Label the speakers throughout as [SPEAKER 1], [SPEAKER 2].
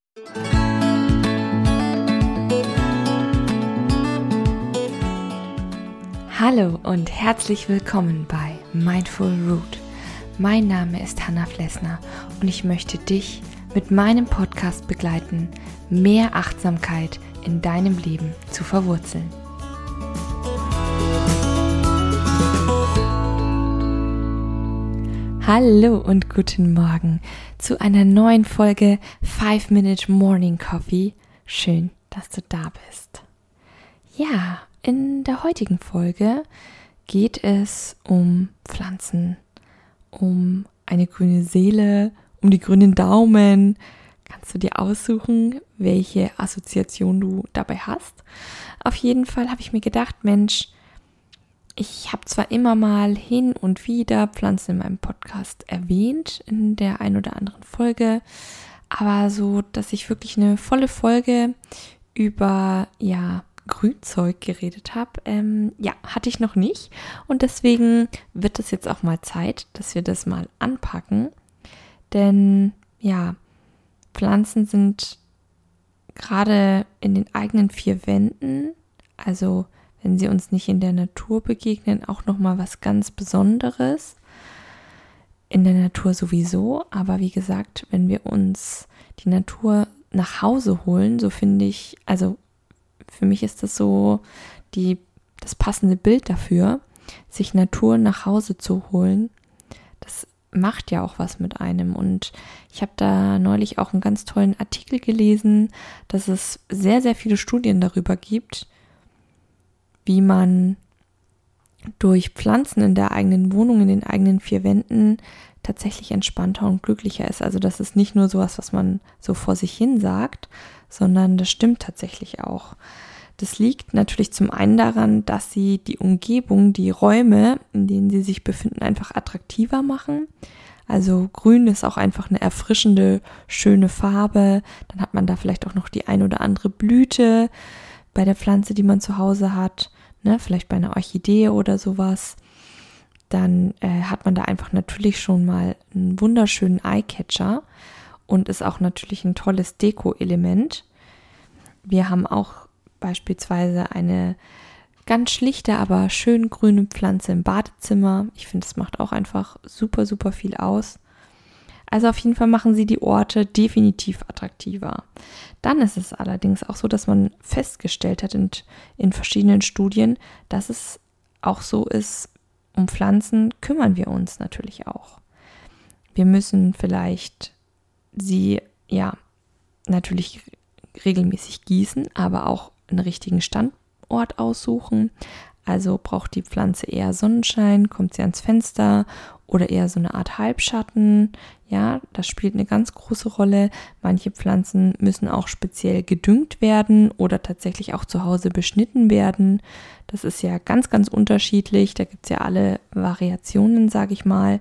[SPEAKER 1] Hallo und herzlich willkommen bei Mindful Root. Mein Name ist Hannah Flessner und ich möchte dich mit meinem Podcast begleiten, mehr Achtsamkeit in deinem Leben zu verwurzeln. Hallo und guten Morgen zu einer neuen Folge 5-Minute Morning Coffee. Schön, dass du da bist. Ja, in der heutigen Folge geht es um Pflanzen, um eine grüne Seele, um die grünen Daumen. Kannst du dir aussuchen, welche Assoziation du dabei hast? Auf jeden Fall habe ich mir gedacht, Mensch, ich habe zwar immer mal hin und wieder Pflanzen in meinem Podcast erwähnt, in der ein oder anderen Folge, aber so, dass ich wirklich eine volle Folge über, Grünzeug geredet habe, hatte ich noch nicht und deswegen wird es jetzt auch mal Zeit, dass wir das mal anpacken, denn Pflanzen sind gerade in den eigenen vier Wänden, also wenn sie uns nicht in der Natur begegnen, auch nochmal was ganz Besonderes, in der Natur sowieso, aber wie gesagt, wenn wir uns die Natur nach Hause holen, so finde ich, also für mich ist das so das passende Bild dafür, sich Natur nach Hause zu holen. Das macht ja auch was mit einem. Und ich habe da neulich auch einen ganz tollen Artikel gelesen, dass es sehr, sehr viele Studien darüber gibt, wie man durch Pflanzen in der eigenen Wohnung, in den eigenen vier Wänden tatsächlich entspannter und glücklicher ist. Also das ist nicht nur sowas, was man so vor sich hin sagt, sondern das stimmt tatsächlich auch. Das liegt natürlich zum einen daran, dass sie die Umgebung, die Räume, in denen sie sich befinden, einfach attraktiver machen. Also grün ist auch einfach eine erfrischende, schöne Farbe. Dann hat man da vielleicht auch noch die ein oder andere Blüte bei der Pflanze, die man zu Hause hat, vielleicht bei einer Orchidee oder sowas. Dann hat man da einfach natürlich schon mal einen wunderschönen Eyecatcher und ist auch natürlich ein tolles Deko-Element. Wir haben auch beispielsweise eine ganz schlichte, aber schön grüne Pflanze im Badezimmer. Ich finde, es macht auch einfach super, super viel aus. Also auf jeden Fall machen sie die Orte definitiv attraktiver. Dann ist es allerdings auch so, dass man festgestellt hat in verschiedenen Studien, dass es auch so ist, um Pflanzen kümmern wir uns natürlich auch. Wir müssen vielleicht sie natürlich regelmäßig gießen, aber auch einen richtigen Standort aussuchen. Also braucht die Pflanze eher Sonnenschein, kommt sie ans Fenster oder eher so eine Art Halbschatten. Ja, das spielt eine ganz große Rolle. Manche Pflanzen müssen auch speziell gedüngt werden oder tatsächlich auch zu Hause beschnitten werden. Das ist ja ganz, ganz unterschiedlich. Da gibt es ja alle Variationen, sage ich mal.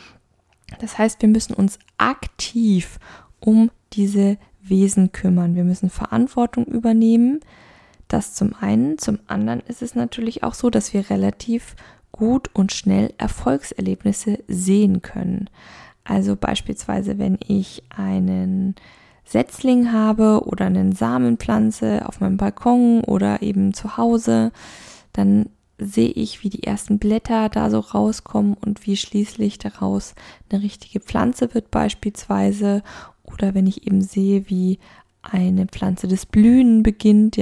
[SPEAKER 1] Das heißt, wir müssen uns aktiv um diese Wesen kümmern. Wir müssen Verantwortung übernehmen. Das zum einen. Zum anderen ist es natürlich auch so, dass wir relativ gut und schnell Erfolgserlebnisse sehen können. Also beispielsweise, wenn ich einen Setzling habe oder eine Samenpflanze auf meinem Balkon oder eben zu Hause, dann sehe ich, wie die ersten Blätter da so rauskommen und wie schließlich daraus eine richtige Pflanze wird beispielsweise. Oder wenn ich eben sehe, wie eine Pflanze zu blühen beginnt,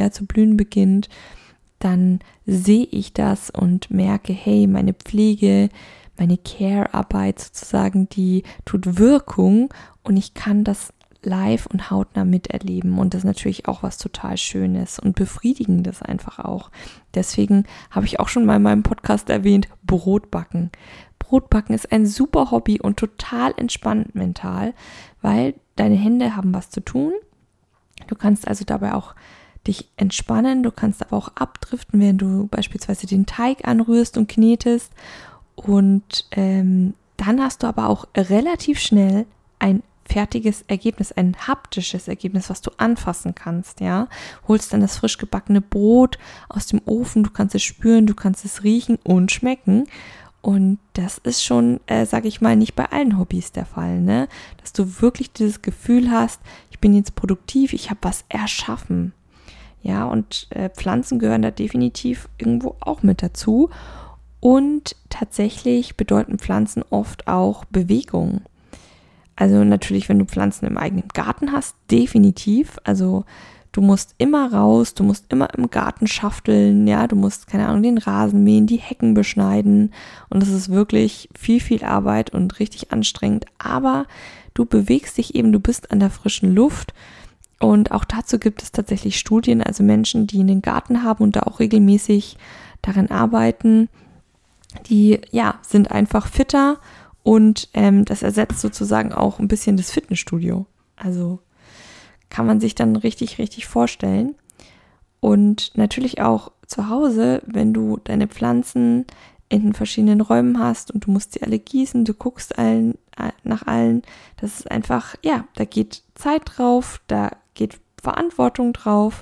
[SPEAKER 1] dann sehe ich das und merke, hey, meine Pflege, meine Care-Arbeit sozusagen, die tut Wirkung und ich kann das live und hautnah miterleben und das ist natürlich auch was total Schönes und Befriedigendes einfach auch. Deswegen habe ich auch schon mal in meinem Podcast erwähnt, Brotbacken. Brotbacken ist ein super Hobby und total entspannend mental, weil deine Hände haben was zu tun. Du kannst also dabei auch dich entspannen, du kannst aber auch abdriften, während du beispielsweise den Teig anrührst und knetest. Und dann hast du aber auch relativ schnell ein fertiges Ergebnis, ein haptisches Ergebnis, was du anfassen kannst, ja. Holst dann das frisch gebackene Brot aus dem Ofen, du kannst es spüren, du kannst es riechen und schmecken. Und das ist schon, sage ich mal, nicht bei allen Hobbys der Fall, ne? Dass du wirklich dieses Gefühl hast, ich bin jetzt produktiv, ich habe was erschaffen. Ja, und Pflanzen gehören da definitiv irgendwo auch mit dazu. Und tatsächlich bedeuten Pflanzen oft auch Bewegung. Also natürlich, wenn du Pflanzen im eigenen Garten hast, definitiv. Also du musst immer raus, du musst immer im Garten schafteln, ja, du musst, keine Ahnung, den Rasen mähen, die Hecken beschneiden und das ist wirklich viel, viel Arbeit und richtig anstrengend, aber du bewegst dich eben, du bist an der frischen Luft und auch dazu gibt es tatsächlich Studien, also Menschen, die einen Garten haben und da auch regelmäßig daran arbeiten, die, ja, sind einfach fitter und das ersetzt sozusagen auch ein bisschen das Fitnessstudio, also kann man sich dann richtig, richtig vorstellen. Und natürlich auch zu Hause, wenn du deine Pflanzen in den verschiedenen Räumen hast und du musst sie alle gießen, du guckst nach allen, das ist einfach, ja, da geht Zeit drauf, da geht Verantwortung drauf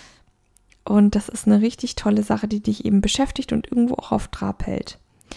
[SPEAKER 1] und das ist eine richtig tolle Sache, die dich eben beschäftigt und irgendwo auch auf Trab hält.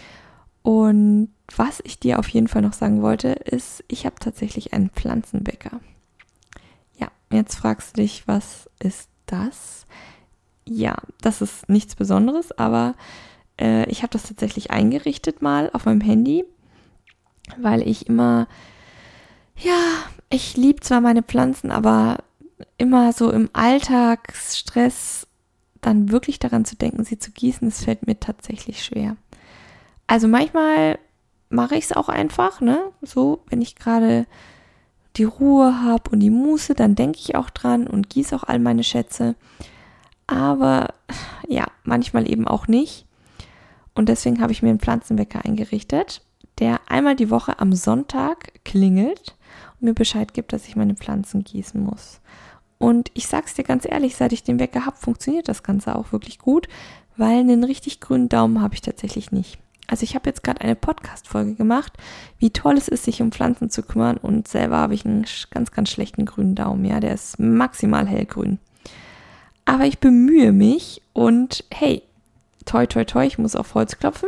[SPEAKER 1] Und was ich dir auf jeden Fall noch sagen wollte, ist, ich habe tatsächlich einen Pflanzenwecker. Ja, jetzt fragst du dich, was ist das? Ja, das ist nichts Besonderes, aber ich habe das tatsächlich eingerichtet mal auf meinem Handy, weil ich immer, ja, ich liebe zwar meine Pflanzen, aber immer so im Alltagsstress dann wirklich daran zu denken, sie zu gießen, das fällt mir tatsächlich schwer. Also manchmal mache ich es auch einfach, ne? So, wenn ich gerade die Ruhe habe und die Muße, dann denke ich auch dran und gieße auch all meine Schätze. Aber ja, manchmal eben auch nicht. Und deswegen habe ich mir einen Pflanzenwecker eingerichtet, der einmal die Woche am Sonntag klingelt und mir Bescheid gibt, dass ich meine Pflanzen gießen muss. Und ich sag's dir ganz ehrlich, seit ich den Wecker habe, funktioniert das Ganze auch wirklich gut, weil einen richtig grünen Daumen habe ich tatsächlich nicht. Also ich habe jetzt gerade eine Podcast-Folge gemacht, wie toll es ist, sich um Pflanzen zu kümmern und selber habe ich einen ganz, ganz schlechten grünen Daumen, ja, der ist maximal hellgrün. Aber ich bemühe mich und hey, toi, toi, toi, ich muss auf Holz klopfen.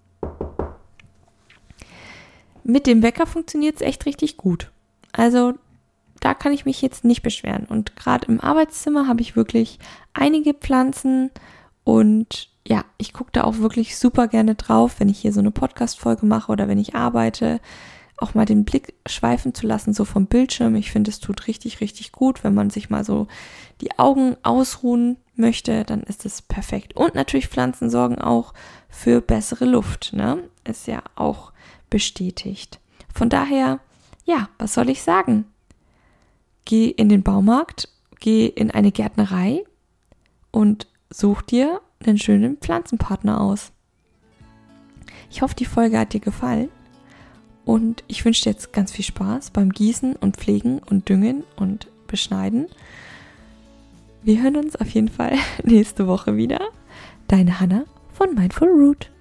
[SPEAKER 1] Mit dem Wecker funktioniert es echt richtig gut. Also da kann ich mich jetzt nicht beschweren und gerade im Arbeitszimmer habe ich wirklich einige Pflanzen und ja, ich gucke da auch wirklich super gerne drauf, wenn ich hier so eine Podcast-Folge mache oder wenn ich arbeite, auch mal den Blick schweifen zu lassen, so vom Bildschirm. Ich finde, es tut richtig, richtig gut, wenn man sich mal so die Augen ausruhen möchte, dann ist es perfekt. Und natürlich Pflanzen sorgen auch für bessere Luft, ne? Ist ja auch bestätigt. Von daher, ja, was soll ich sagen? Geh in den Baumarkt, geh in eine Gärtnerei und such dir einen schönen Pflanzenpartner aus. Ich hoffe, die Folge hat dir gefallen und ich wünsche dir jetzt ganz viel Spaß beim Gießen und Pflegen und Düngen und Beschneiden. Wir hören uns auf jeden Fall nächste Woche wieder. Deine Hannah von Mindful Root.